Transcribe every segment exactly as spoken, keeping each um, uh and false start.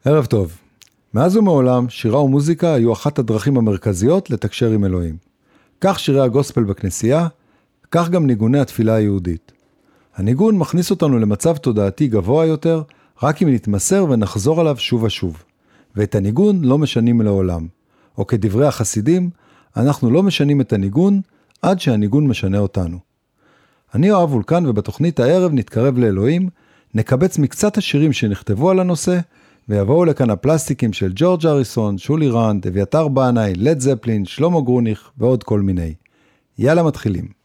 ערב טוב. מאז ומעולם, שירה ומוזיקה היו אחת הדרכים המרכזיות לתקשר עם אלוהים. כך שירי הגוספל בכנסייה, כך גם ניגוני התפילה היהודית. הניגון מכניס אותנו למצב תודעתי גבוה יותר, רק אם נתמסר ונחזור עליו שוב ושוב. ואת הניגון לא משנים לעולם. או כדברי החסידים, אנחנו לא משנים את הניגון עד שהניגון משנה אותנו. אני אוהב וולקן ובתוכנית הערב נתקרב לאלוהים, נקבץ מקצת השירים שנכתבו על הנושא, ויבואו לכאן הפלסטיקים של ג'ורג' אריסון, שולי רנד, אביתר בנאי, לד זפלין, שלמה גרוניך ועוד כל מיני. יאללה מתחילים.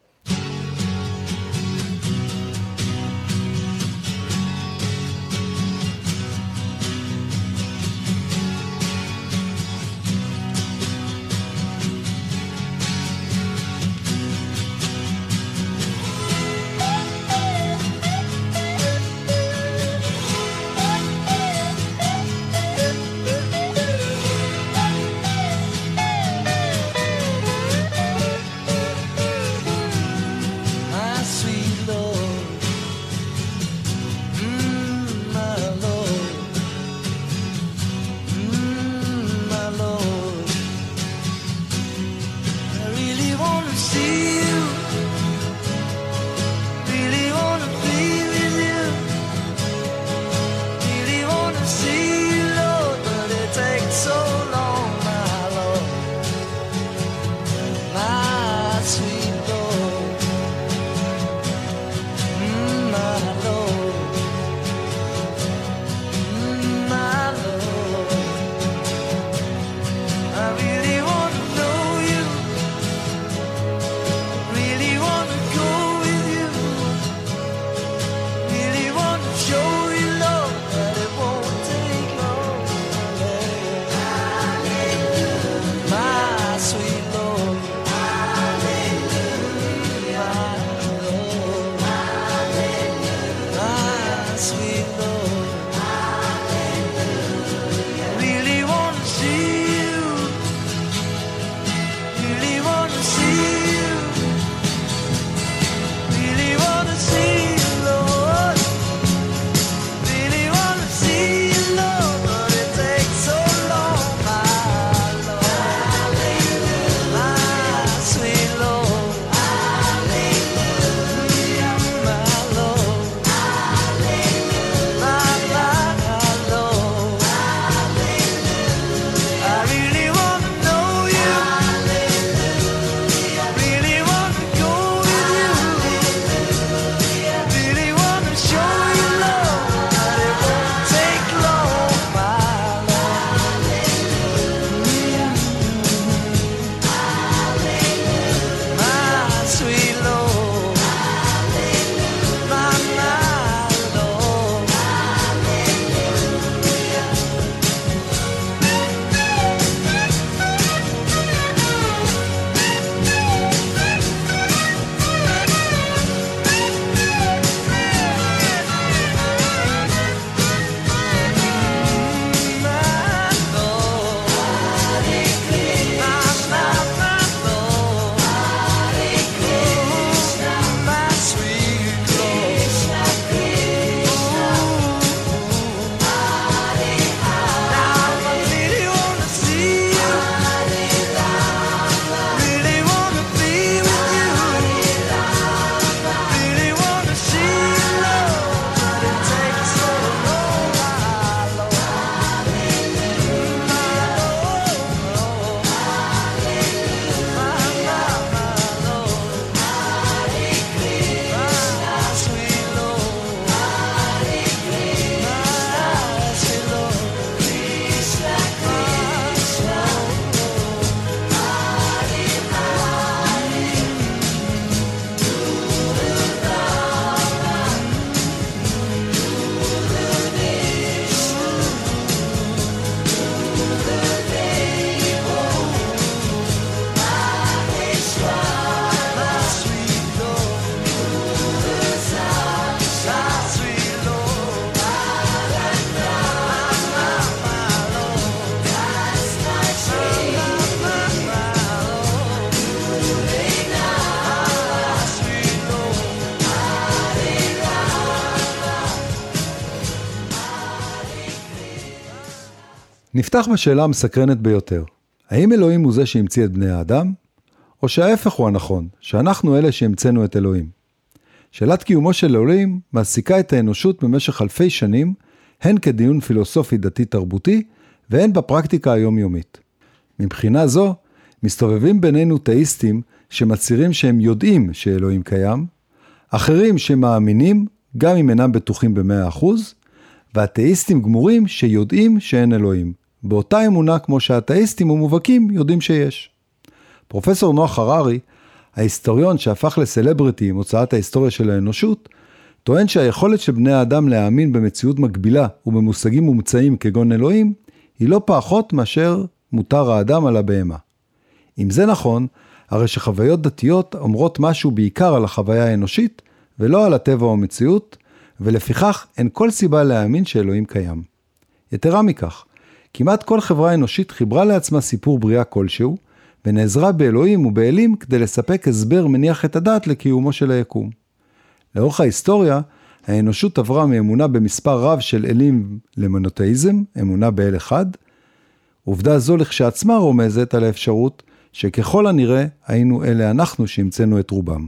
נפתח בשאלה המסקרנת ביותר. האם אלוהים הוא זה שהמציא את בני האדם? או שההפך הוא הנכון, שאנחנו אלה שהמצאנו את אלוהים? שאלת קיומו של אלוהים מעסיקה את האנושות במשך אלפי שנים, הן כדיון פילוסופי דתי תרבותי, והן בפרקטיקה היומיומית. מבחינה זו, מסתובבים בינינו תאיסטים שמצהירים שהם יודעים שאלוהים קיים, אחרים שמאמינים, גם אם אינם בטוחים ב-מאה אחוז, והתאיסטים גמורים שיודעים שאין אלוהים, באותה אמונה כמו שהתאיסטים ומובהקים יודעים שיש. פרופסור נוח הררי, ההיסטוריון שהפך לסלבריטי עם הוצאת ההיסטוריה של האנושות, טוען שהיכולת של בני האדם להאמין במציאות מקבילה ובמושגים מומצאים כגון אלוהים, היא לא פחות מאשר מותר האדם על הבהמה. אם זה נכון, הרי שחוויות דתיות אומרות משהו בעיקר על החוויה האנושית, ולא על הטבע או המציאות, ולפיכך אין כל סיבה להאמין שאלוהים קיים. יתרה מכך, כמעט כל חברה אנושית חיברה לעצמה סיפור בריאה כלשהו, ונעזרה באלוהים ובאלים כדי לספק הסבר מניח את הדעת לקיומו של היקום. לאורך ההיסטוריה, האנושות עברה מאמונה במספר רב של אלים למונותאיזם, אמונה באל אחד. עובדה זו לכשעצמה רומזת על האפשרות שככל הנראה היינו אלה אנחנו שהמצאנו את רובם.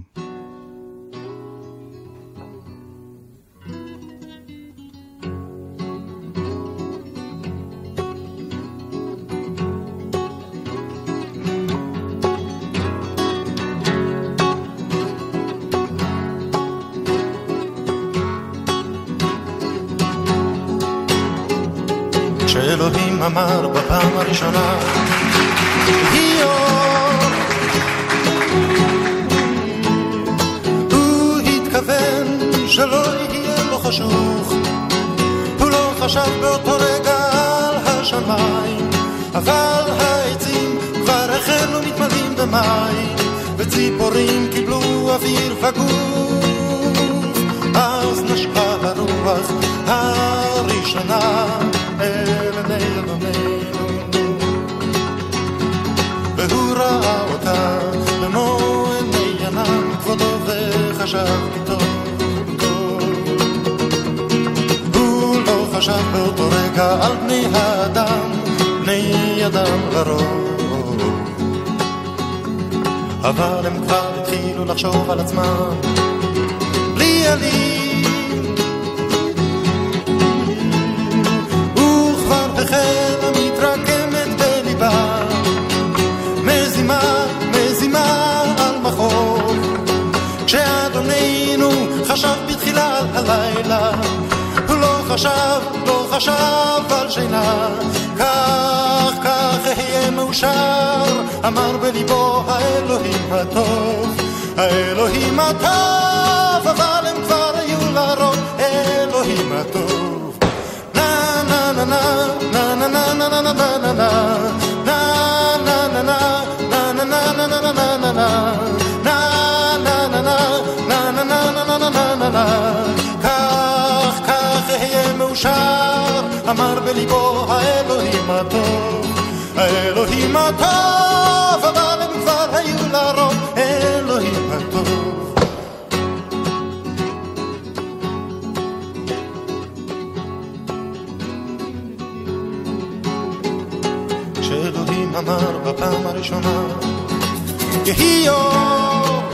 שאלוהים אמר בפעם הראשונה היא אור, הוא התכוון שלא יהיה לו חשוך, הוא לא חשב באותו רגע על השמיים, אבל העצים כבר החלו מתמלאים במים, וציפורים קיבלו אוויר וגוף, אז נשבה הרוח הראשונה אל עיני אדוננו, והוא ראה אותה במו עיני ענן כבודו וחשב כי טוב, טוב. הוא לא חשב באותו רגע על בני האדם, בני אדם לרוב, אבל הם כבר התחילו לחשוב על עצמם בלי עלים, החלה מתרקמת בליבה, מזימה, מזימה על מחור, כשאדוננו חשב בתחילה על הלילה, הוא לא חשב, לא חשב על שינה, כך, כך אהיה מאושר, אמר בליבו האלוהים הטוב, האלוהים הטוב, אבל הם כבר היו לרוב, אלוהים הטוב. na na na na na na na na na na na na כך כך אהיה מאושר, אמר בליבו האלוהים הטוב, האלוהים הטוב, אבל הם כבר היו לרוב, אלוהים הטוב. כשאלוהים אמר בפעם הראשונה יהי אור,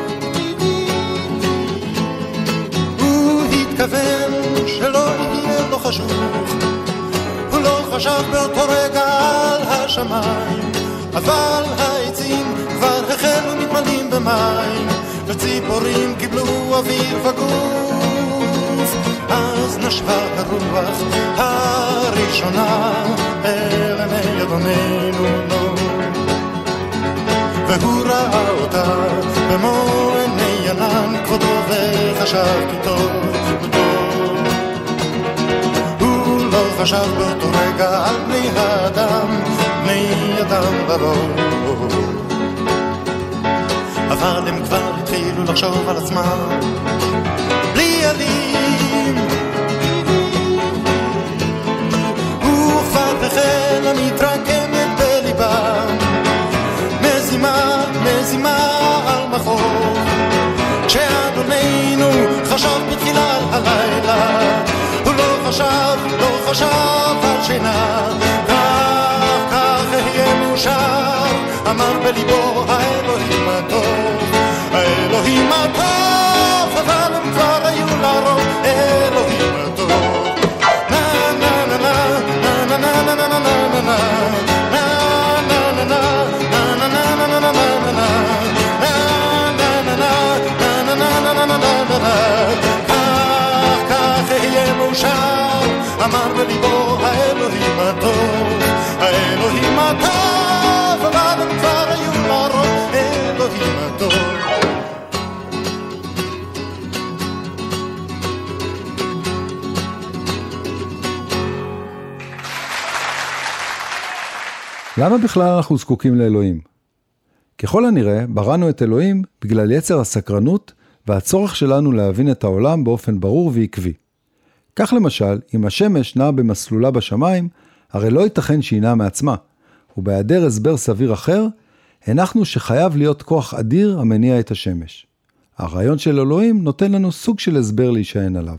הוא התכוון שלא יהיה לו חשוך, הוא לא חשב באותו רגע על השמיים, אבל העצים כבר החלו מתמלאים במים, וציפורים קיבלו אוויר וגוף, אז נשבה הרוח הראשונה אל עיני אדוננו, והוא ראה אותה במו עיני ענן כבודו וחשב כי טוב, טוב. הוא לא חשב באותו רגע על בני האדם, בני אדם לרוב, אבל הם כבר התחילו לחשוב על עצמם בלי עלים, הוא כבר החלה מתרקמת בליבם, מזימה, מזימה על מחור, כשאדוננו חשב בתחילה על הלילה, הוא לא חשב, לא חשב על שינה, מאושר, אמר בליבו האלוהים הטוב, האלוהים הטוב, אבל הם כבר היו לרוב, אלוהים הטוב. נה נה נה נה נה נה נה נה נה נה אמר בליבו האלוהים הטוב, האלוהים הטוב, אבל הם כבר היו לרוב, אלוהים הטוב. למה בכלל אנחנו זקוקים לאלוהים? ככל הנראה, בראנו את אלוהים בגלל יצר הסקרנות והצורך שלנו להבין את העולם באופן ברור ועקבי. כך למשל, אם השמש נעה במסלולה בשמיים, הרי לא ייתכן שהיא נעה מעצמה, ובהיעדר הסבר סביר אחר, הנחנו שחייב להיות כוח אדיר המניע את השמש. הרעיון של אלוהים נותן לנו סוג של הסבר להישען עליו.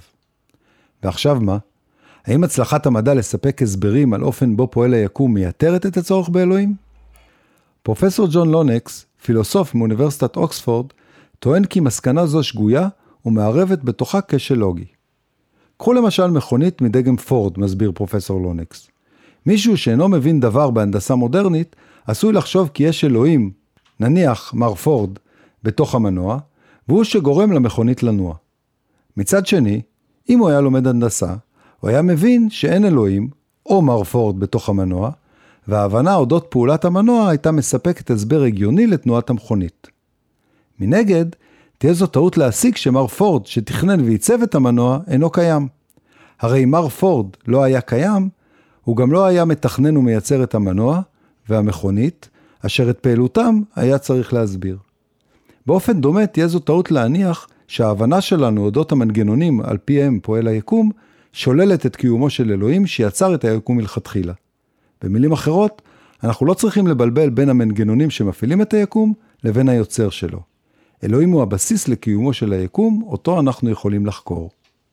ועכשיו מה? האם הצלחת המדע לספק הסברים על אופן בו פועל היקום מייתרת את הצורך באלוהים? פרופסור ג'ון לונקס, פילוסוף מאוניברסיטת אוקספורד, טוען כי מסקנה זו שגויה ומערבת בתוכה כשל לוגי. קחו למשל מכונית מדגם פורד, מסביר פרופסור לונקס. מישהו שאינו מבין דבר בהנדסה מודרנית, עשוי לחשוב כי יש אלוהים, נניח מר פורד, בתוך המנוע, והוא שגורם למכונית לנוע. מצד שני, אם הוא היה לומד הנדסה, הוא היה מבין שאין אלוהים, או מר פורד בתוך המנוע, וההבנה אודות פעולת המנוע הייתה מספקת הסבר הגיוני לתנועת המכונית. מנגד, תהיה זו טעות להסיק שמר פורד שתכנן וייצב את המנוע אינו קיים. הרי אם מר פורד לא היה קיים, הוא גם לא היה מתכנן ומייצר את המנוע והמכונית, אשר את פעילותם היה צריך להסביר. באופן דומה תהיה זו טעות להניח שההבנה שלנו אודות המנגנונים על פיהם פועל היקום, שוללת את קיומו של אלוהים שיצר את היקום מלכתחילה. במילים אחרות, אנחנו לא צריכים לבלבל בין המנגנונים שמפעילים את היקום לבין היוצר שלו. אלוהים הוא הבסיס לקיומו של היקום, אותו אנחנו יכולים לחקור.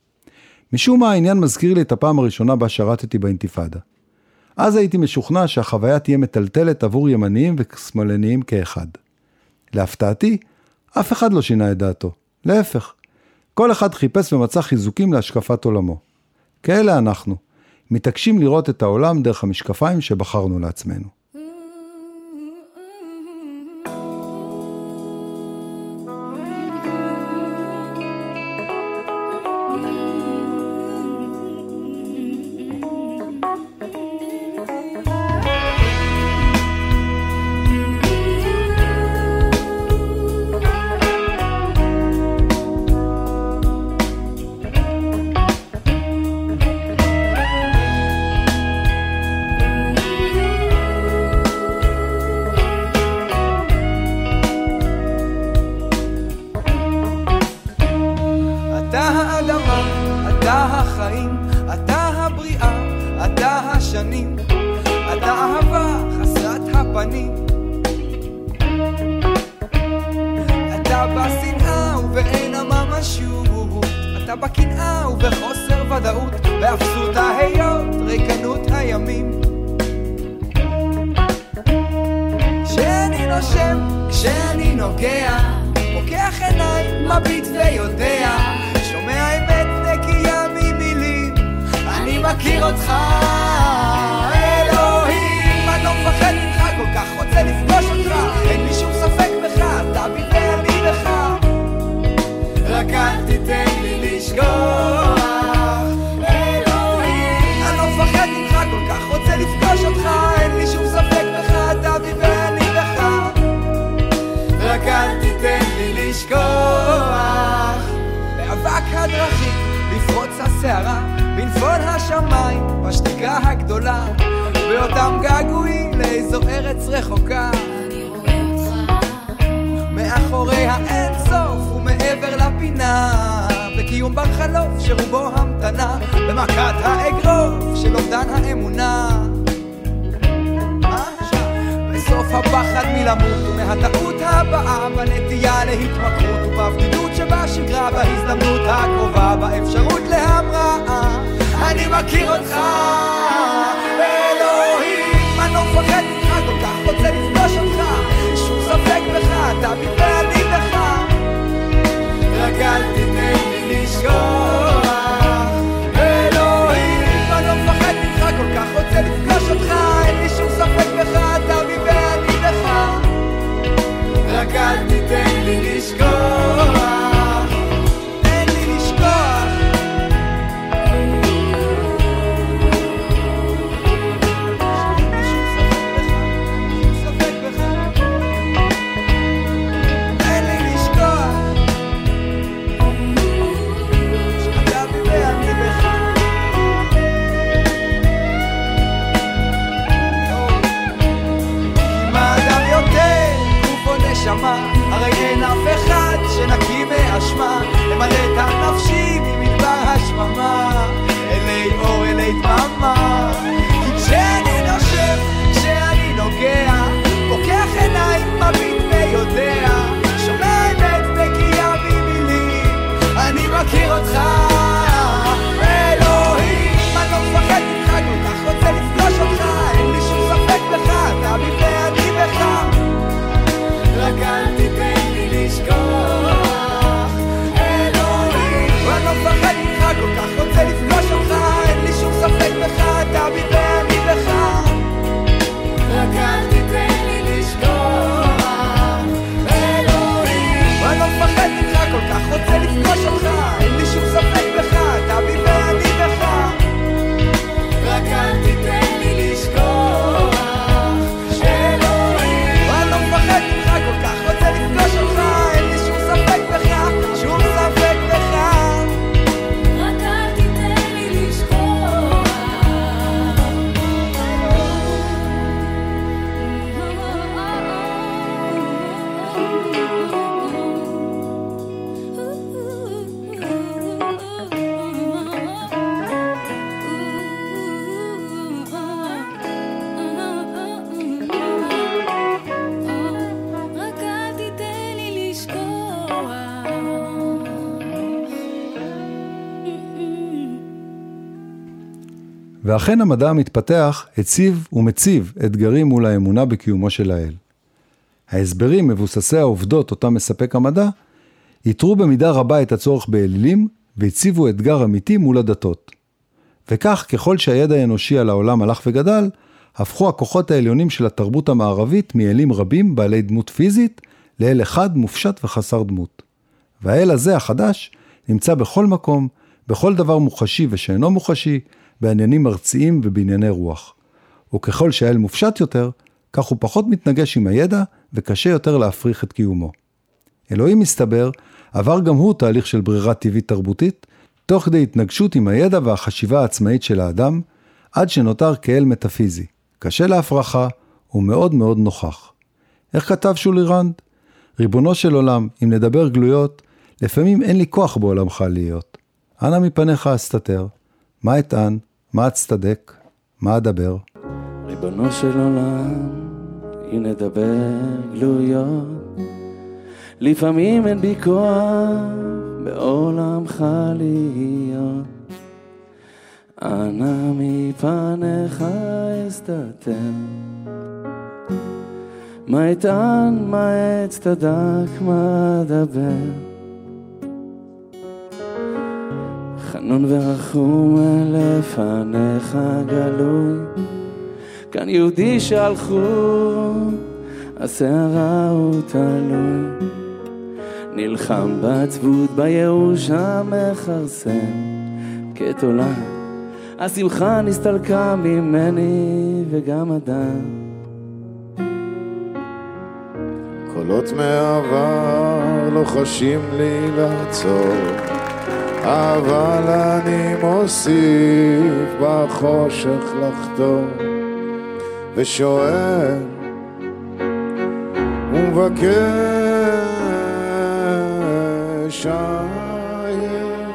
משום מה העניין מזכיר לי את הפעם הראשונה בה שרתתי באינתיפאדה. אז הייתי משוכנע שהחוויה תהיה מטלטלת עבור ימניים ושמאלניים כאחד. להפתעתי, אף אחד לא שינה את דעתו. להפך, כל אחד חיפש ומצא חיזוקים להשקפת עולמו. כאלה אנחנו, מתעקשים לראות את העולם דרך המשקפיים שבחרנו לעצמנו. בנפול השמיים, בשתיקה הגדולה, באותם געגועים לאיזו ארץ רחוקה. אני רואה אותך מאחורי האין סוף ומעבר לפינה, בקיום בר חלוף שרובו המתנה, במכת האגרוף של אובדן האמונה. בסוף הפחד מלמות ומהטעות הבאה, בנטייה להתמכרות ובבדידות שבשגרה, בהזדמנות הקרובה, באפשרות להמראה. אני מכיר אותך אלוהים, אני לא מפחד ממך כל כך, רוצה לפגוש אותך, שום ספק בך, אתה בי ואני בך. רק אל תיתן לי לשכוח, אלוהים, אני לא מפחד ממך, כל כך רוצה לפגוש אותך, אין לי שום ספק בך, אתה בי ואני בך. רק אל תיתן לי לשכוח, אין לי לשכוח. הרי אין אף אחד שנקי מאשמה, למלא את הנפשי ממדבר השממה, אלי אור אלי דממה. כי כשאני נושב, כשאני נוגע, פוקח עיניים מביט ויודע, שומע אמת מגיע במילים, אני מכיר אותך אלוהים, אני לא מפחד ממך, כל כך רוצה לפגוש אותך, אין לי שום ספק בך, אתה בי ואני בך. רק אל תיתן לי לשכוח, אלוהים, אני לא מפחד ממך, כל כך רוצה לפגוש אותך, אין לי שום ספק בך, אתה בי ואני בך. רק אל תיתן לי לשכוח, אלוהים, אני לא מפחד ממך, כל כך רוצה לפגוש אותך, אין לי שום ספק בך, אתה בי ואני בך. רק אל תיתן לי לשכוח, אלוהים, אני לא מפחד ממך, כל כך רוצה לפגוש אותך, אין לי שום ספק בך, שום ספק בך. רק אל תיתן לי לשכוח. ואכן המדע המתפתח הציב ומציב אתגרים מול האמונה בקיומו של האל. ההסברים מבוססי העובדות אותם מספק המדע, יתרו במידה רבה את הצורך באלילים, והציבו אתגר אמיתי מול הדתות. וכך, ככל שהידע האנושי על העולם הלך וגדל, הפכו הכוחות העליונים של התרבות המערבית מאלים רבים בעלי דמות פיזית, לאל אחד מופשט וחסר דמות. והאל הזה החדש נמצא בכל מקום, בכל דבר מוחשי ושאינו מוחשי, בעניינים ארציים ובענייני רוח. וככל שהאל מופשט יותר, כך הוא פחות מתנגש עם הידע וקשה יותר להפריך את קיומו. אלוהים מסתבר, עבר גם הוא תהליך של ברירה טבעית תרבותית, תוך כדי התנגשות עם הידע והחשיבה העצמאית של האדם, עד שנותר כאל מטאפיזי, קשה להפרחה ומאוד מאוד נוכח. איך כתב שולי רנד? ריבונו של עולם, אם נדבר גלויות, לפעמים אין לי כוח בעולמך להיות. אנא מפניך אסתתר, מה אטען, מה אצטדק, מה אדבר? ריבונו של עולם, אם נדבר גלויות, לפעמים אין בי כוח בעולמך להיות. אנא מפניך אסתתר, מה אטען, מה אצטדק, מה אדבר? חנון ורחום לפניך גלוי, כאן יהודי שהלכו, השערה הוא תלוי, נלחם בעצבות בייאוש המחרסם, כתולה השמחה נסתלקה ממני וגם אדם. קולות מעבר לוחשים לי לעצור, אבל אני מוסיף בחושך לחתור, ושואל ומבקש איה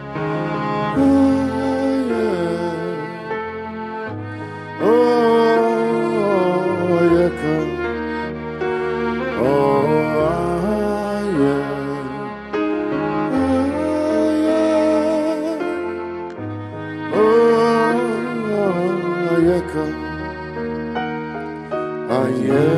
אוי יקר אוי יקר איה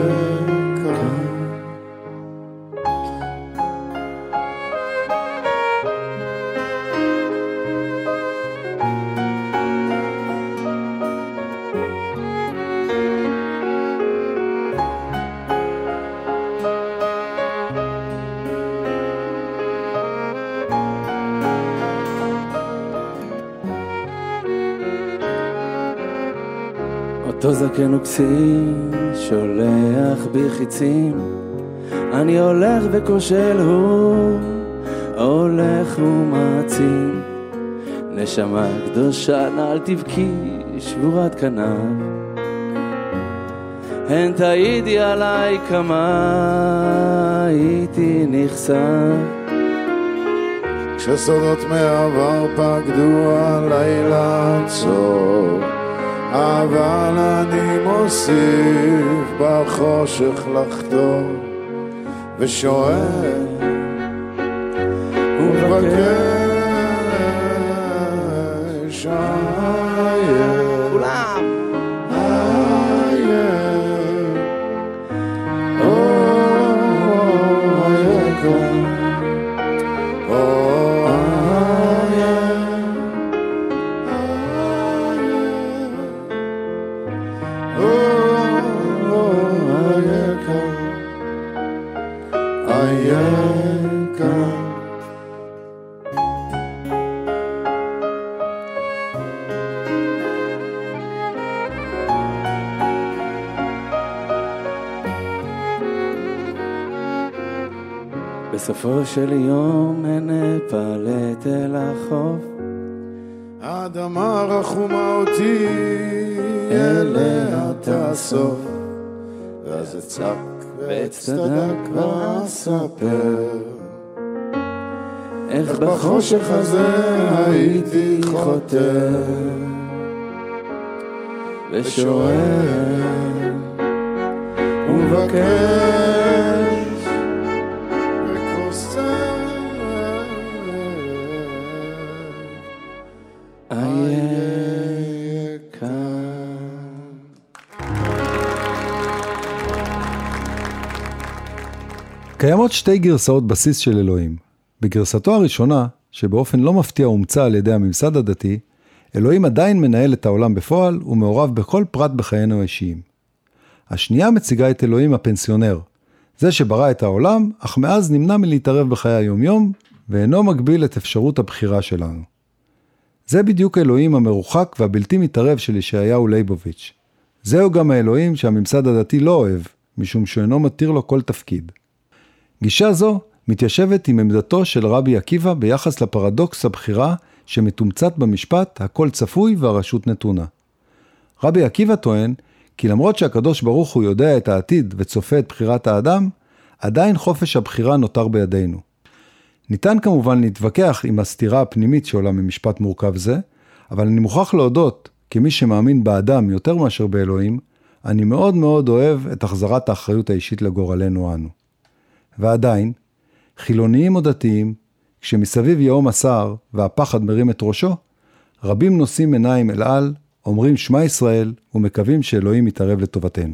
אותו זקן וכסים שולח בי חיצים, אני הולך וכושל, הוא הולך ומעצים. נשמה קדושה נעל תבכי שבורת כנף, הן תעידי עליי כמה הייתי נחשף. כשסודות מעבר פקדו הלילה צור, אבל אני מוסיף בחושך לחתור ושואל ומבקש איה כולם איה או איה כאן או איה או איה כאן איה כאן. בסופו של יום נפלט אל החוף, האדמה רחומה אותי אליה תאסוף, ואז אצעק ואצטדק ואספר איך בחושך הזה הייתי חותר ושואל ומבקש קיימות שתי גרסאות בסיס של אלוהים. בגרסתו הראשונה, שבאופן לא מפתיע הומצא על ידי הממסד הדתי, אלוהים עדיין מנהל את העולם בפועל ומעורב בכל פרט בחיינו האישיים. השנייה מציגה את אלוהים הפנסיונר, זה שברא את העולם, אך מאז נמנע מלהתערב בחיי היום-יום, ואינו מגביל את אפשרות הבחירה שלנו. זה בדיוק האלוהים המרוחק והבלתי מתערב של ישעיהו ליבוביץ'. זהו גם האלוהים שהממסד הדתי לא אוהב, משום שאינו מתיר לו כל תפקיד. גישה זו מתיישבת עם עמדתו של רבי עקיבא ביחס לפרדוקס הבחירה שמתומצת במשפט הכל צפוי והרשות נתונה. רבי עקיבא טוען כי למרות שהקדוש ברוך הוא יודע את העתיד וצופה את בחירת האדם, עדיין חופש הבחירה נותר בידינו. ניתן כמובן להתווכח עם הסתירה הפנימית שעולה ממשפט מורכב זה, אבל אני מוכרח להודות, כמי שמאמין באדם יותר מאשר באלוהים, אני מאוד מאוד אוהב את החזרת האחריות האישית לגורלנו אנו. ועדיין, חילוניים או דתיים, כשמסביב יהום הסער והפחד מרים את ראשו, רבים נושאים עיניים אל על, אומרים שמע ישראל ומקווים שאלוהים יתערב לטובתנו.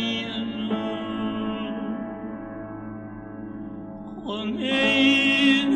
Name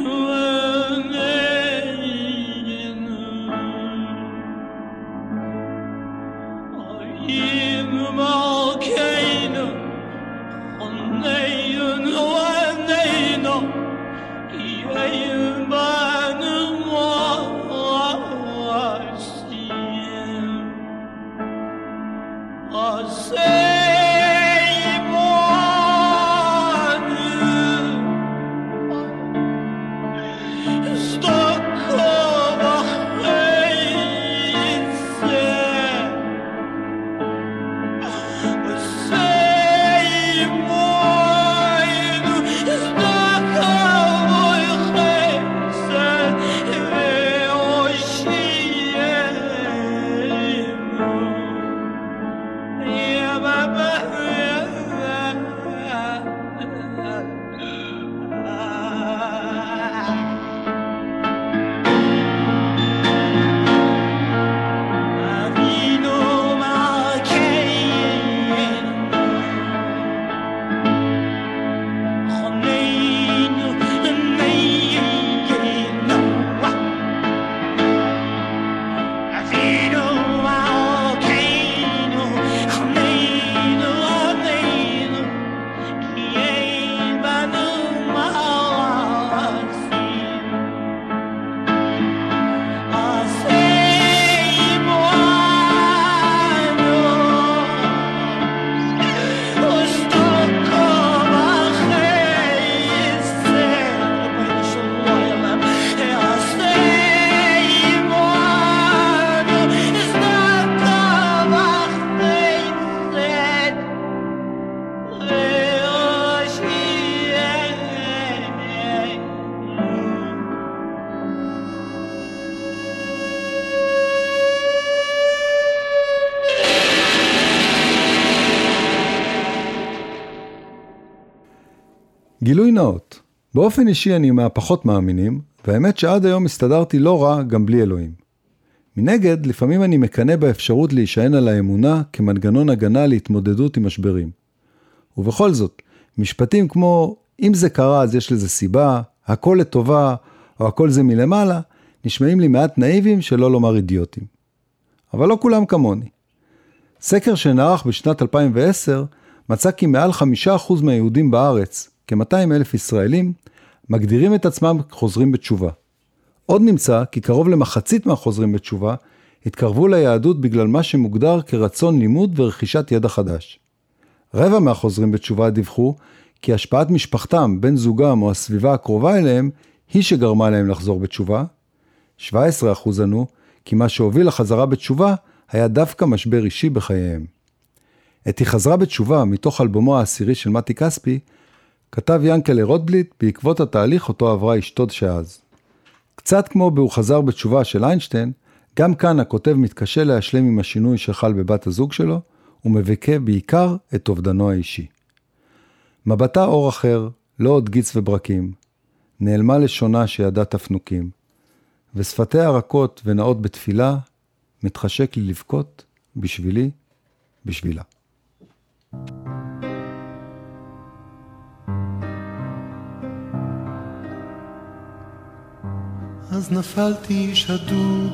גילוי נאות. באופן אישי אני מהפחות מאמינים, והאמת שעד היום הסתדרתי לא רע גם בלי אלוהים. מנגד, לפעמים אני מקנה באפשרות להישען על האמונה כמנגנון הגנה להתמודדות עם משברים. ובכל זאת, משפטים כמו אם זה קרה אז יש לזה סיבה, הכל לטובה או הכל זה מלמעלה, נשמעים לי מעט נאיבים שלא לומר אידיוטים. אבל לא כולם כמוני. סקר שנערך בשנת אלפיים ועשר מצא כי מעל חמישה אחוז מהיהודים בארץ, כ-מאתיים אלף ישראלים, מגדירים את עצמם חוזרים בתשובה. עוד נמצא כי קרוב למחצית מהחוזרים בתשובה התקרבו ליהדות בגלל מה שמוגדר כרצון לימוד ורכישת ידע חדש. רבע מהחוזרים בתשובה דיווחו כי השפעת משפחתם, בן זוגם או הסביבה הקרובה אליהם היא שגרמה להם לחזור בתשובה. שבעה עשר אחוז ענו כי מה שהוביל לחזרה בתשובה היה דווקא משבר אישי בחייהם. את היא חזרה בתשובה מתוך אלבומו העשירי של מתי כספי, כתב ינקלה רוטבליט בעקבות התהליך אותו עברה אשתו שאז. קצת כמו ב"הוא חזר בתשובה" של איינשטיין, גם כאן הכותב מתקשה להשלם עם השינוי שחל בבת הזוג שלו, ומבכה בעיקר את אובדנו האישי. מבטה אור אחר, לא עוד גיץ וברקים, נעלמה לשונה שידעה תפנוקים, ושפתיה רכות ונאות בתפילה, מתחשק לי לבכות בשבילי, בשבילה. אז נפלתי שדוד,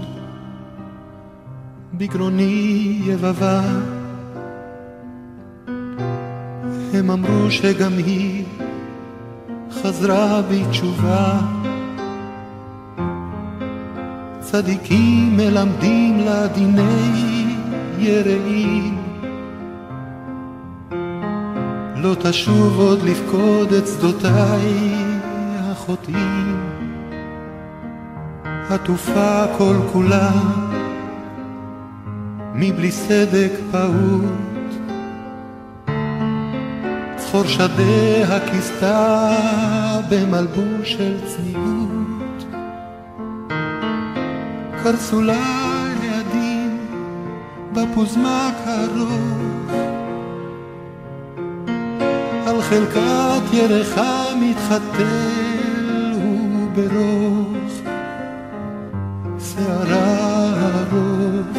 בגרוני יבבה, הם אמרו שגם היא חזרה בתשובה. צדיקים מלמדים לה דיני יראים, לא תשוב עוד לפקוד את שדותיי החוטאים. עטופה כל כולה מבלי סדק פעוט, צחור שדה הכיסתה במלבוש של צניעות. קרסו לה ידים בפוזמה קרוב, על חלקת ירחה מתחתל וברוך, שערה הרוב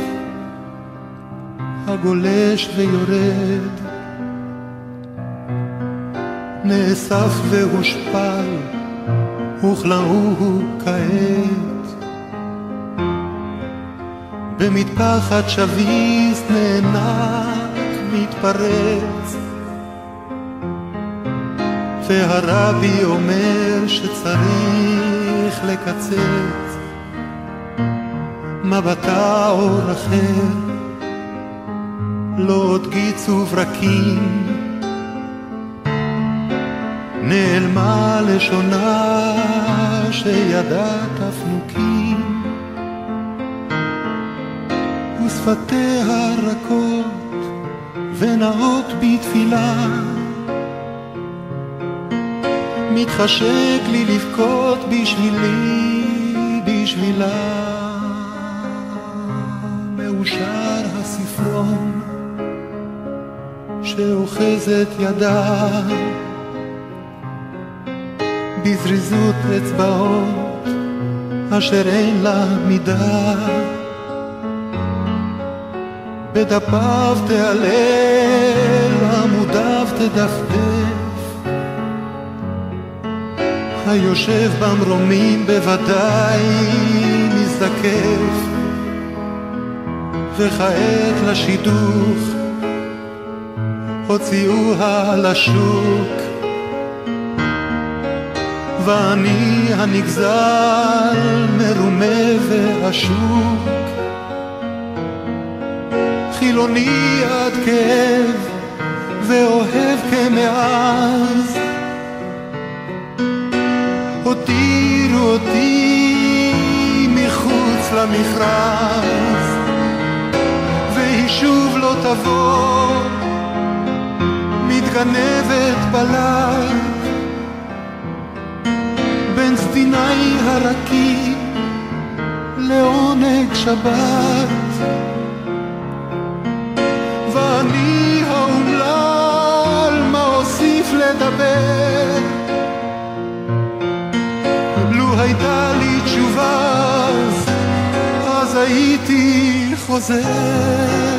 הגולש ויורד, נאסף והושפל וכלאו כעת. במטפחת שביס נאנק מתפרץ, והרבי אומר שצריך לקצץ. מבטה אור אחר, לא עוד גיץ וברקים, נעלמה לשונה שידעה תפנוקים, ושפתיה רכות ונאות בתפילה. מתחשק לי לבכות בשבילי, בשבילה. מאושר הספרון שאוחזת ידה, בזריזות אצבעות אשר אין לה מידה. בדפיו תעלל, עמודיו תדפדף, היושב במרומים בוודאי מזדקף. וכעת לשידוך הוציאוה לשוק, ואני הנגזל מרומה והשוק. חילוני עד כאב ואוהב כמאז, הותירו אותי מחוץ למכרז, והיא שוב לא תבוא מתגנבת בליל בין סדיני הרקים לעונג שבת. ואני האומלל מה אוסיף לדבר, הייתי חוזר.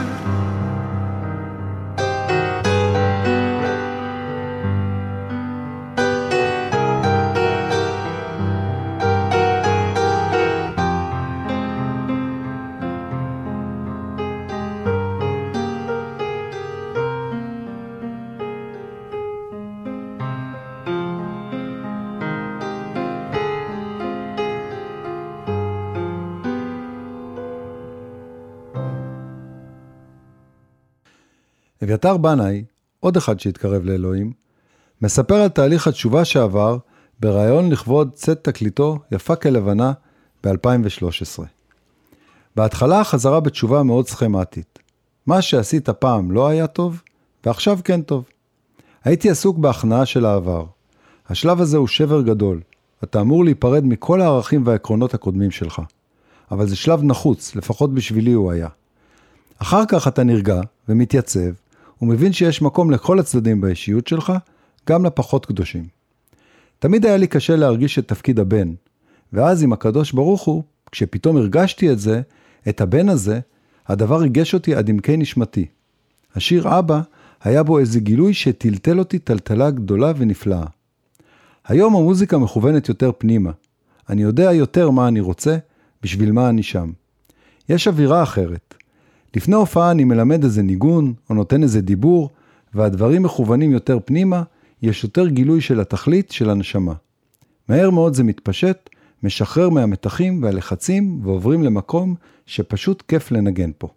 אביתר בנאי, עוד אחד שהתקרב לאלוהים, מספר על תהליך התשובה שעבר ברעיון לכבוד צאת תקליטו יפה כלבנה ב-אלפיים ושלוש עשרה. בהתחלה החזרה בתשובה מאוד סכמטית. מה שעשית פעם לא היה טוב, ועכשיו כן טוב. הייתי עסוק בהכנעה של העבר. השלב הזה הוא שבר גדול. אתה אמור להיפרד מכל הערכים והעקרונות הקודמים שלך. אבל זה שלב נחוץ, לפחות בשבילי הוא היה. אחר כך אתה נרגע ומתייצב, ומבין שיש מקום לכל הצדדים באישיות שלך, גם לפחות קדושים. תמיד היה לי קשה להרגיש את תפקיד הבן, ואז עם הקדוש ברוך הוא, כשפתאום הרגשתי את זה, את הבן הזה, הדבר ריגש אותי עד עמקי נשמתי. השיר אבא היה בו איזה גילוי שטלטל אותי טלטלה גדולה ונפלאה. היום המוזיקה מכוונת יותר פנימה. אני יודע יותר מה אני רוצה, בשביל מה אני שם. יש אווירה אחרת. לפני הופעה אני מלמד איזה ניגון, או נותן איזה דיבור, והדברים מכוונים יותר פנימה, יש יותר גילוי של התכלית של הנשמה. מהר מאוד זה מתפשט, משחרר מהמתחים והלחצים, ועוברים למקום שפשוט כיף לנגן פה.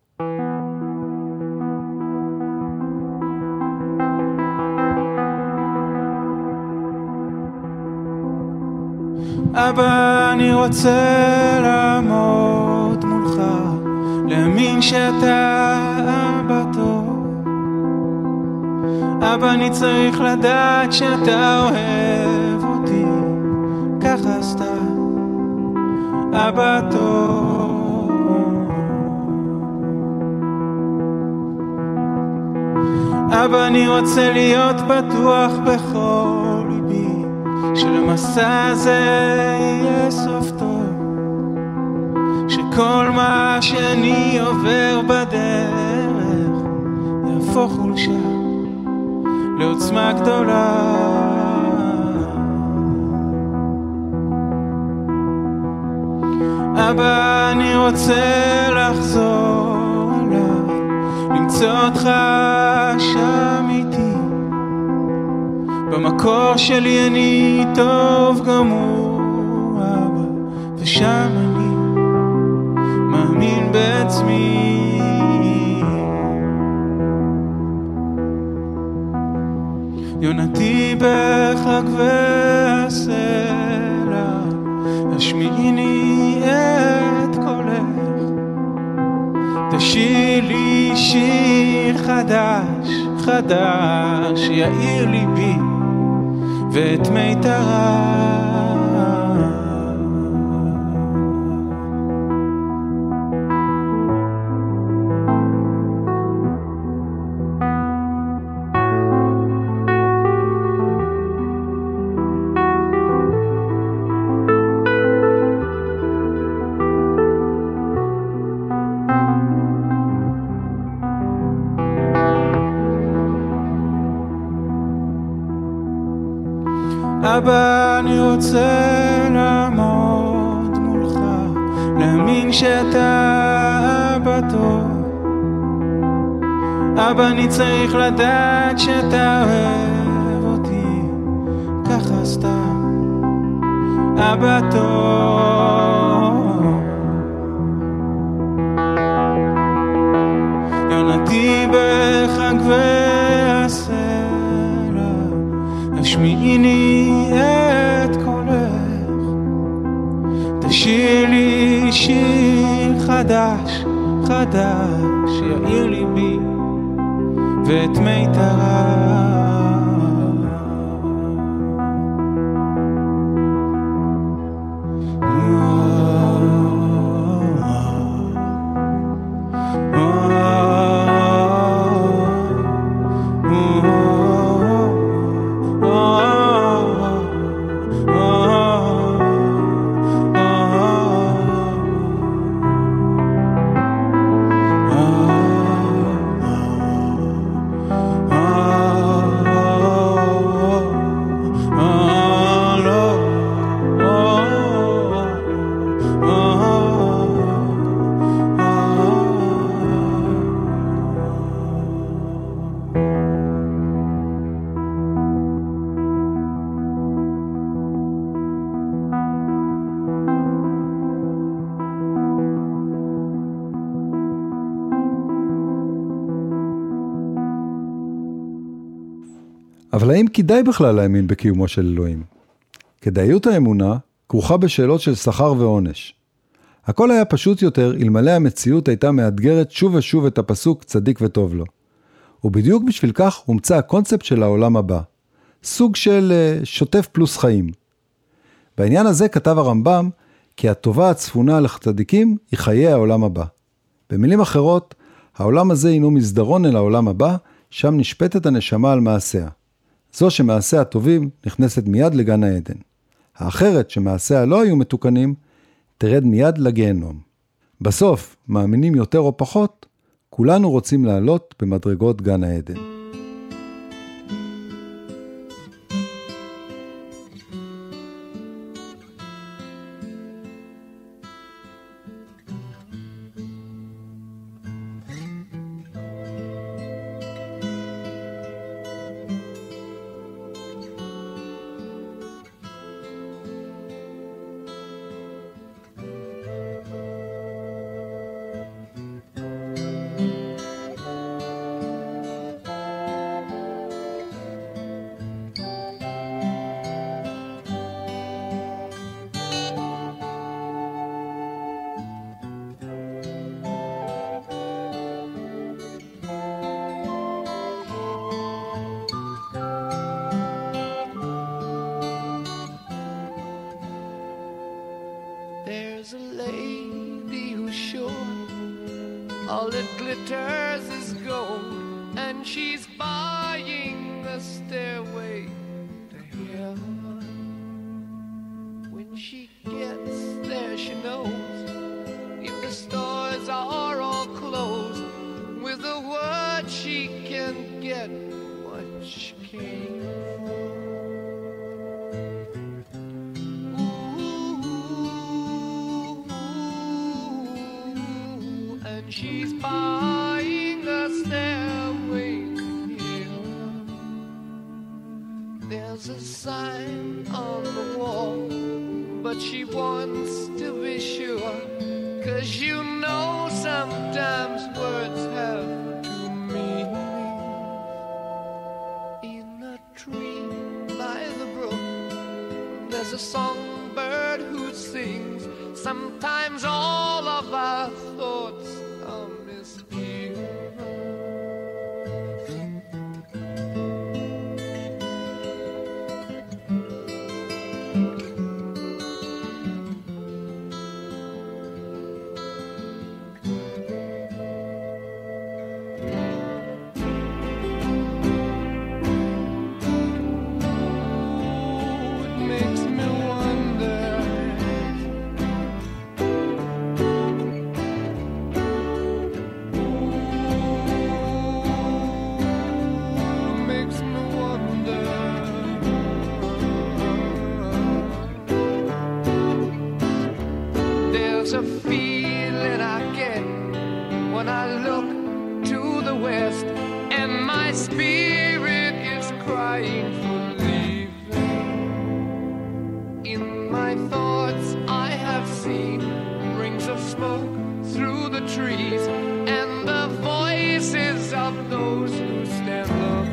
אבא, אני רוצה לעמוד מולך, להאמין שאתה אבא טוב. אבא, אני צריך לדעת שאתה אוהב אותי, ככה סתם, אבא טוב. אבא, אני רוצה להיות בטוח בכל ליבי, שלמסע הזה יהיה סוף טוב, שכל מה שאני עובר בדרך יהפוך חולשה לעוצמה גדולה. אבא, אני רוצה לחזור אליי, למצוא אותך שם איתי, במקור שלי אני טוב גמור, אבא, ושם אני מאמין בעצמי. יונתי בחג והסלע, השמיעיני את קולך, תשאיר לי שיר חדש, חדש, יאיר ליבי ואת מיתרה. אבא, אני רוצה לעמוד מולך, להאמין שאתה אבא טוב. אבא, אני צריך לדעת שאתה אוהב אותי, ככה סתם, אבא טוב. יונתי בחג והסלע, השמיעיני את קולך, תשאיר לי שיר חדש, חדש, יאיר ליבי ואת מיתרה. אבל האם כדאי בכלל להאמין בקיומו של אלוהים? כדאיות האמונה כרוכה בשאלות של שכר ועונש. הכל היה פשוט יותר אלמלא המציאות הייתה מאתגרת שוב ושוב את הפסוק צדיק וטוב לו. ובדיוק בשביל כך הומצא הקונספט של העולם הבא, סוג של uh, שוטף פלוס חיים. בעניין הזה כתב הרמב"ם כי הטובה הצפונה לצדיקים היא חיי העולם הבא. במילים אחרות, העולם הזה הינו מסדרון אל העולם הבא, שם נשפטת הנשמה על מעשיה. זו שמעשיה הטובים נכנסת מיד לגן העדן. האחרת שמעשיה לא היו מתוקנים, תרד מיד לגיהנום. בסוף, מאמינים יותר או פחות, כולנו רוצים לעלות במדרגות גן העדן. There's a lady who's sure all that glitters is gold, and she's buying a stairway to heaven. When she gets there, she knows if the stores are all closed, with a word she can get what she came for. She's buying a stairway here. There's a sign on the wall, but she wants to be sure, 'cause you know sometimes words have two meanings. In a tree by the brook, there's a songbird who sings. Sometimes all of our thoughts are misgiven. A feeling I get when I look to the west, and my spirit is crying for leaving. In my thoughts I have seen rings of smoke through the trees, and the voices of those who stand looking.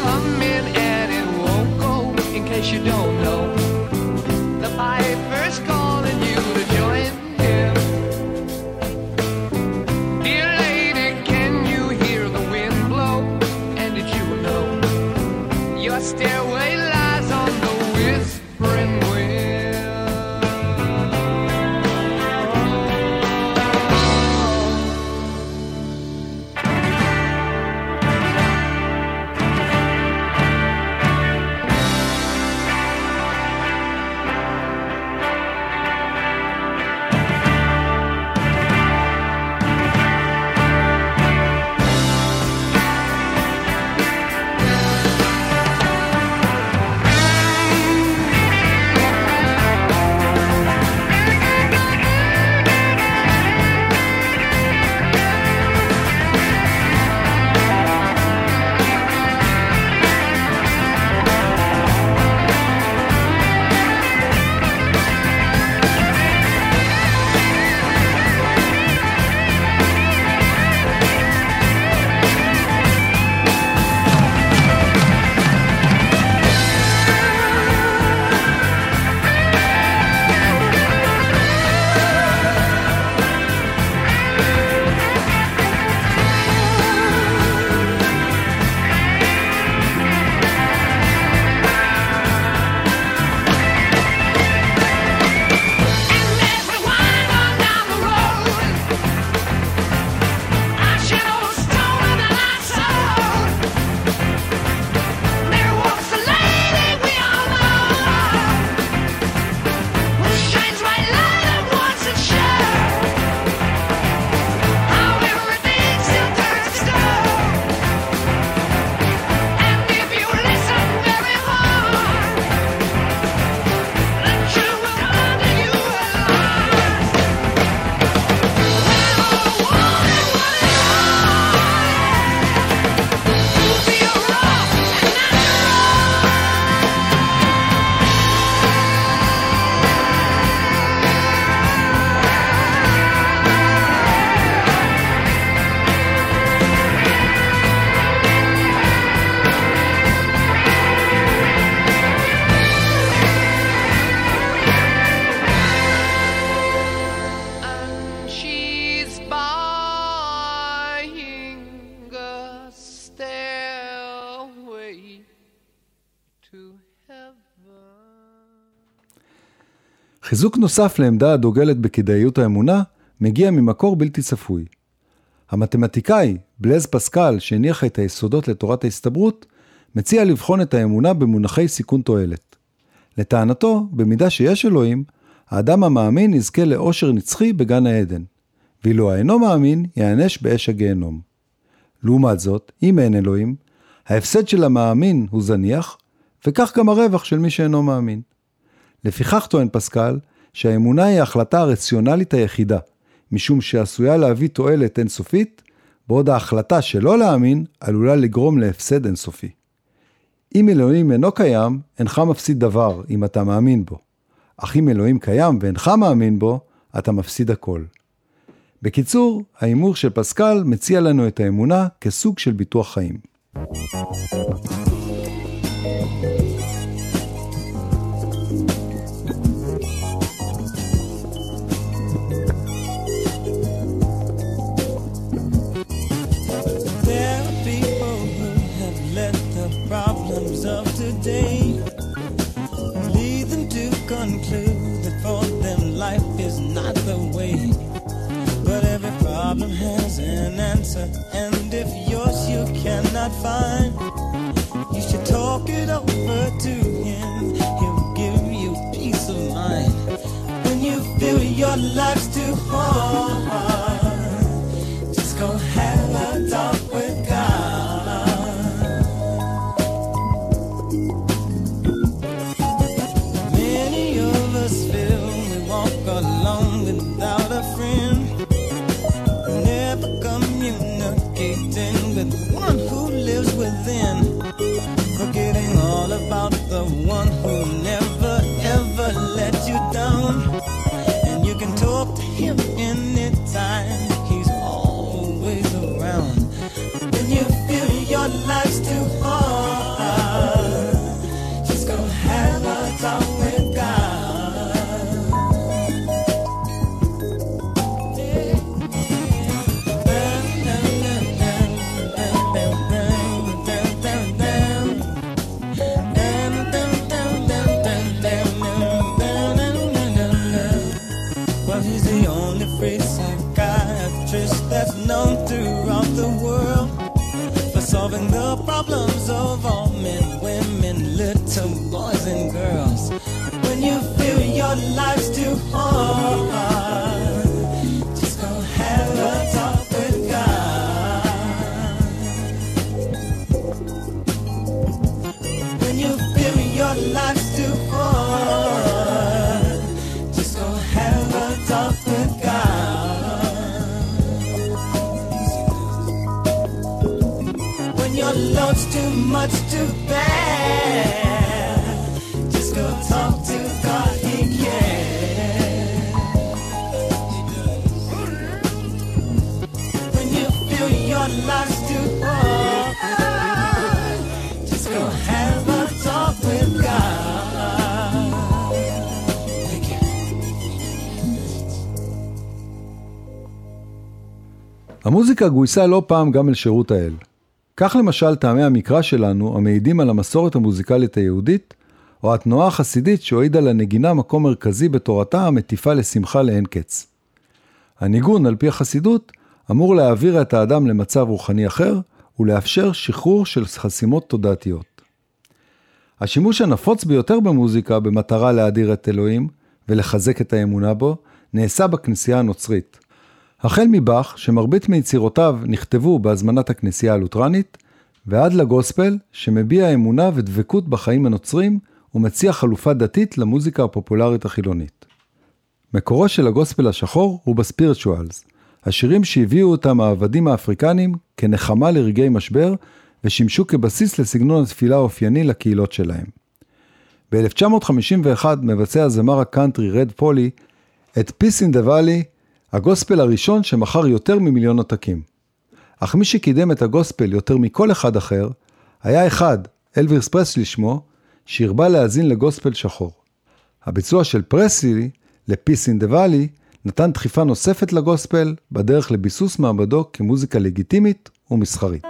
coming and it won't go. In case you don't know, the piper's calling you to join him. Dear lady, can you hear the wind blow? And did you know your stairway lies on the whispering wind? חיזוק נוסף לעמדה הדוגלת בכדאיות האמונה מגיע ממקור בלתי צפוי. המתמטיקאי בלז פסקל, שהניח את היסודות לתורת ההסתברות, מציע לבחון את האמונה במונחי סיכון תועלת. לטענתו, במידה שיש אלוהים, האדם המאמין יזכה לאושר נצחי בגן העדן, ואילו האינו מאמין יענש באש הגיהנום. לעומת זאת, אם אין אלוהים, ההפסד של המאמין הוא זניח, וכך גם הרווח של מי שאינו מאמין. לפיכך טוען פסקל שהאמונה היא ההחלטה הרציונלית היחידה, משום שעשויה להביא תועלת אינסופית, בעוד ההחלטה שלא להאמין עלולה לגרום להפסד אינסופי. אם אלוהים אינו קיים, אינך מפסיד דבר אם אתה מאמין בו. אך אם אלוהים קיים ואינך מאמין בו, אתה מפסיד הכל. בקיצור, האימור של פסקל מציע לנו את האמונה כסוג של ביטוח חיים. Of today lead them to conclude that for them life is not the way, but every problem has an answer, and if yours you cannot find, you should talk it over to him. He'll give you peace of mind. When you feel your life's too hard, just go have a talk with God. With one who lives within, forgetting all about the your life's too hard, just go have a talk with God. When you feel your life's too hard, just go have a talk with God. When your load's too much to bear, go talk to God, He cares. When you feel your life's too hard, just go have a talk with God. Thank you. המוזיקה גויסה לא פעם גם אל שירות האל. כך למשל טעמי המקרא שלנו המעידים על המסורת המוזיקלית היהודית, או התנועה החסידית שהועידה לנגינה מקום מרכזי בתורתה המטיפה לשמחה לאין קץ. הניגון על פי החסידות אמור להעביר את האדם למצב רוחני אחר ולאפשר שחרור של חסימות תודעתיות. השימוש הנפוץ ביותר במוזיקה במטרה להאדיר את אלוהים ולחזק את האמונה בו נעשה בכנסייה הנוצרית. החל מבח שמרבית מיצירותיו נכתבו בהזמנת הכנסייה הלותרנית ועד לגוספל שמביע אמונה ודבקות בחיים הנוצרים ומציע חלופה דתית למוזיקה הפופולרית החילונית. מקורו של הגוספל השחור הוא בספיריטואלס, השירים שהביאו אותם העבדים האפריקנים כנחמה לרגעי משבר ושימשו כבסיס לסגנון התפילה האופייני לקהילות שלהם. ב-אלף תשע מאות חמישים ואחת מבצע זמר הקאנטרי רד פולי את Peace in the Valley, הגוספל הראשון שמכר יותר ממיליון עותקים. אך מי שקידם את הגוספל יותר מכל אחד אחר היה אחד, אלוויס פרסלי שמו, שהרבה להאזין לגוספל שחור. הביצוע של פרסלי ל-Peace in the Valley נתן דחיפה נוספת לגוספל בדרך לביסוס מעמדו כמוזיקה לגיטימית ומסחרית.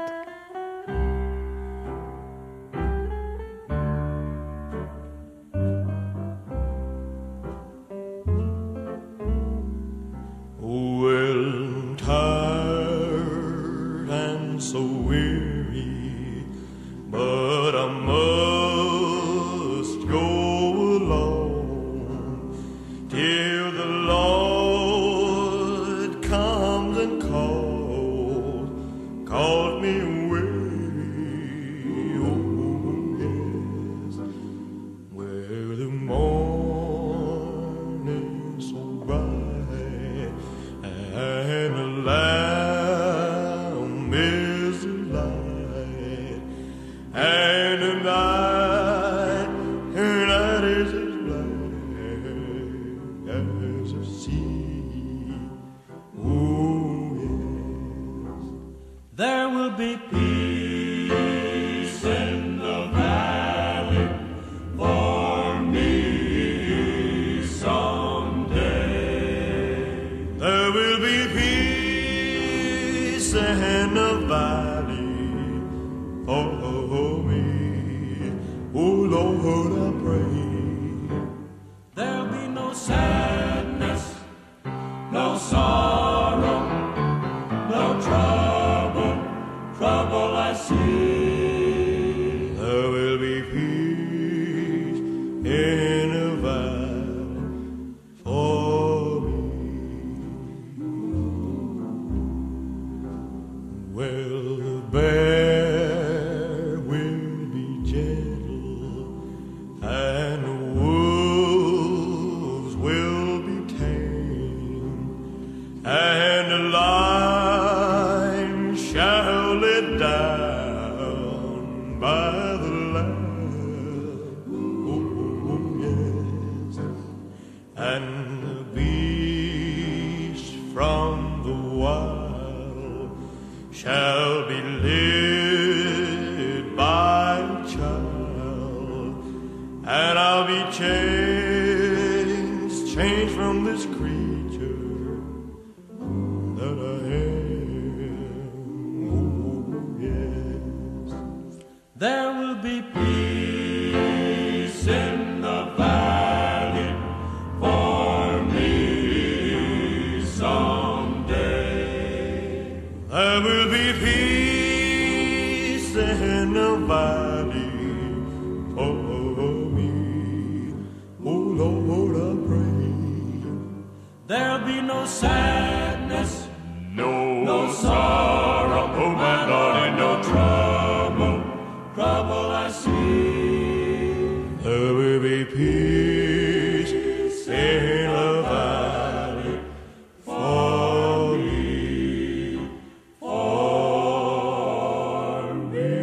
Lord, I pray. no sadness, no, no sorrow, oh my darling, no trouble, trouble I see. There will be peace in the valley for me, for me.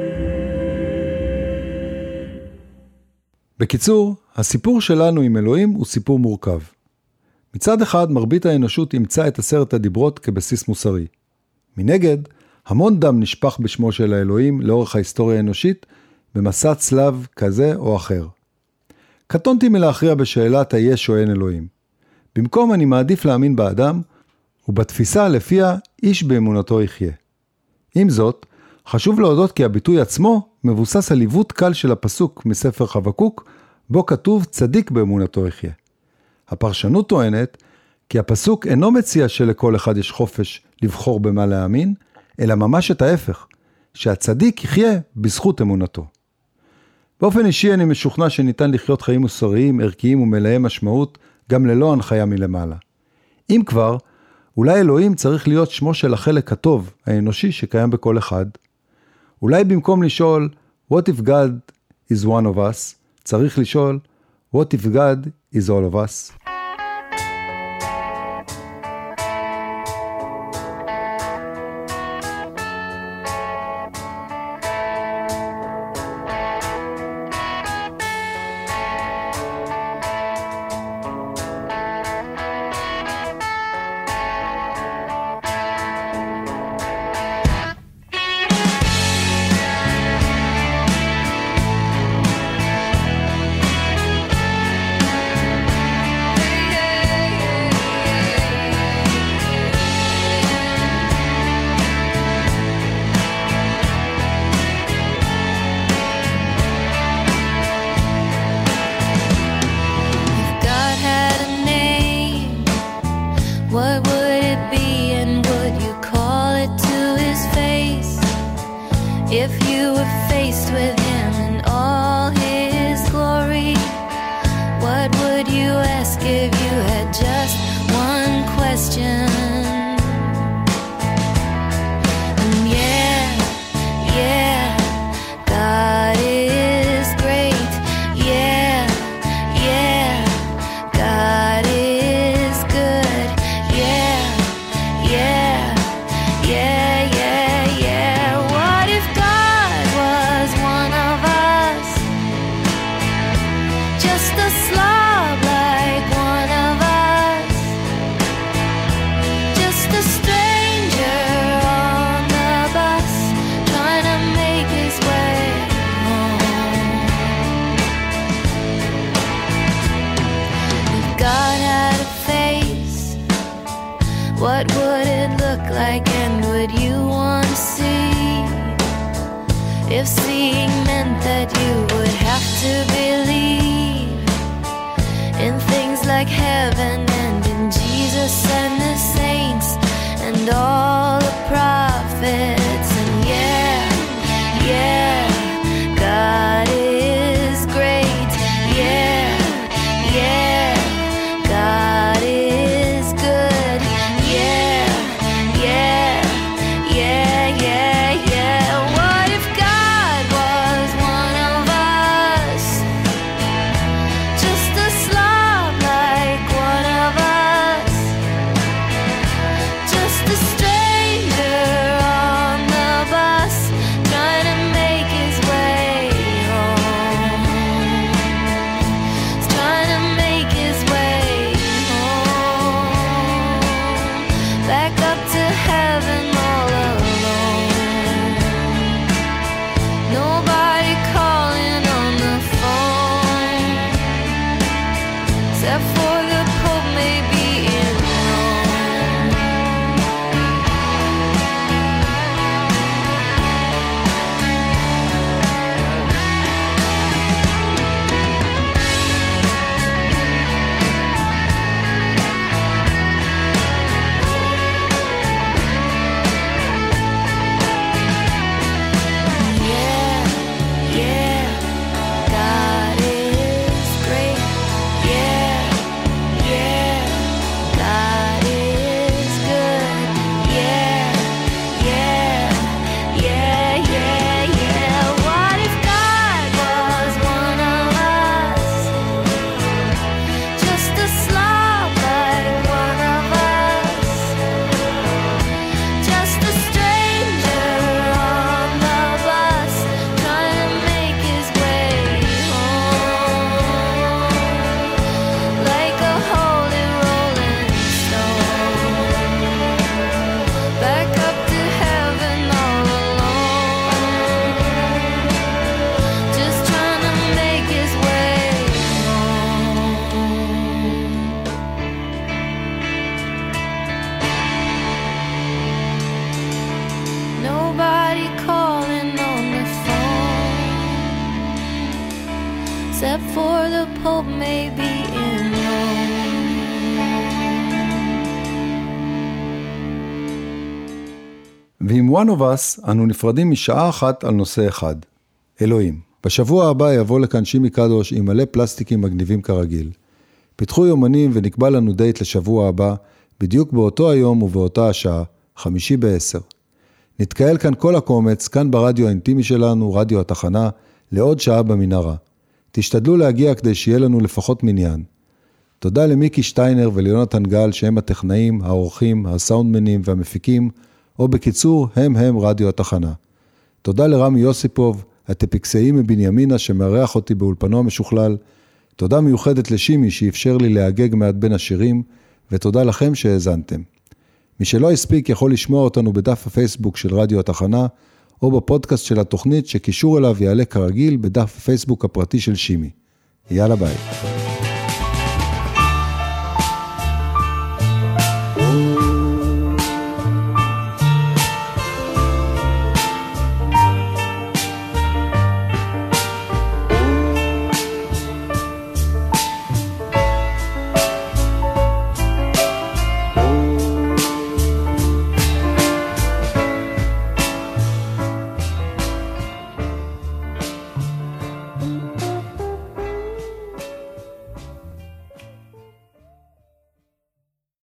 בקיצור, הסיפור שלנו עם אלוהים הוא סיפור מורכב. מצד אחד, מרבית האנושות ימצא את עשרת הדיברות כבסיס מוסרי. מנגד, המון דם נשפך בשמו של האלוהים לאורך ההיסטוריה האנושית, במסע צלב כזה או אחר. קטונתי מלהכריע בשאלת היש או אין אלוהים. במקום אני מעדיף להאמין באדם, ובתפיסה לפיה איש באמונתו יחיה. עם זאת, חשוב להודות כי הביטוי עצמו מבוסס על עיוות קל של הפסוק מספר חבקוק, בו כתוב צדיק באמונתו יחיה. הפרשנות טוענת כי הפסוק אינו מציע שלכל אחד יש חופש לבחור במה להאמין, אלא ממש את ההפך, שהצדיק יחיה בזכות אמונתו. באופן אישי אני משוכנע שניתן לחיות חיים מוסריים, ערכיים ומלאי משמעות, גם ללא הנחיה מלמעלה. אם כבר, אולי אלוהים צריך להיות שמו של החלק הטוב, האנושי שקיים בכל אחד. אולי במקום לשאול, what if God is one of us, צריך לשאול, what if God is all of us? except for the Pope maybe in Rome. ועם One of Us אנו נפרדים משעה אחת על נושא אחד, אלוהים. בשבוע הבא יבוא לכאן שימי קדוש עם מלא פלסטיקים מגניבים כרגיל. פיתחו יומנים ונקבע לנו דייט לשבוע הבא, בדיוק באותו היום ובאותה השעה, חמישי בעשר. נתקהל כאן כל הקומץ, כאן ברדיו האינטימי שלנו, רדיו התחנה, לעוד שעה במנהרה. תשתדלו להגיע כדי שיהיה לנו לפחות מניין. תודה למיקי שטיינר וליונתן גל שהם הטכנאים, האורחים, הסאונדמנים והמפיקים, או בקיצור, הם הם רדיו התחנה. תודה לרמי יוסיפוב, הטפיקסאי מבנימינה שמארח אותי באולפנו המשוכלל. תודה מיוחדת לשימי שאפשר לי להגג מעט בין השירים, ותודה לכם שהאזנתם. מי שלא הספיק יכול לשמוע אותנו בדף הפייסבוק של רדיו התחנה, או בפודקאסט של התוכנית שקישור אליו יעלה כרגיל בדף הפייסבוק הפרטי של שימי. יאללה ביי.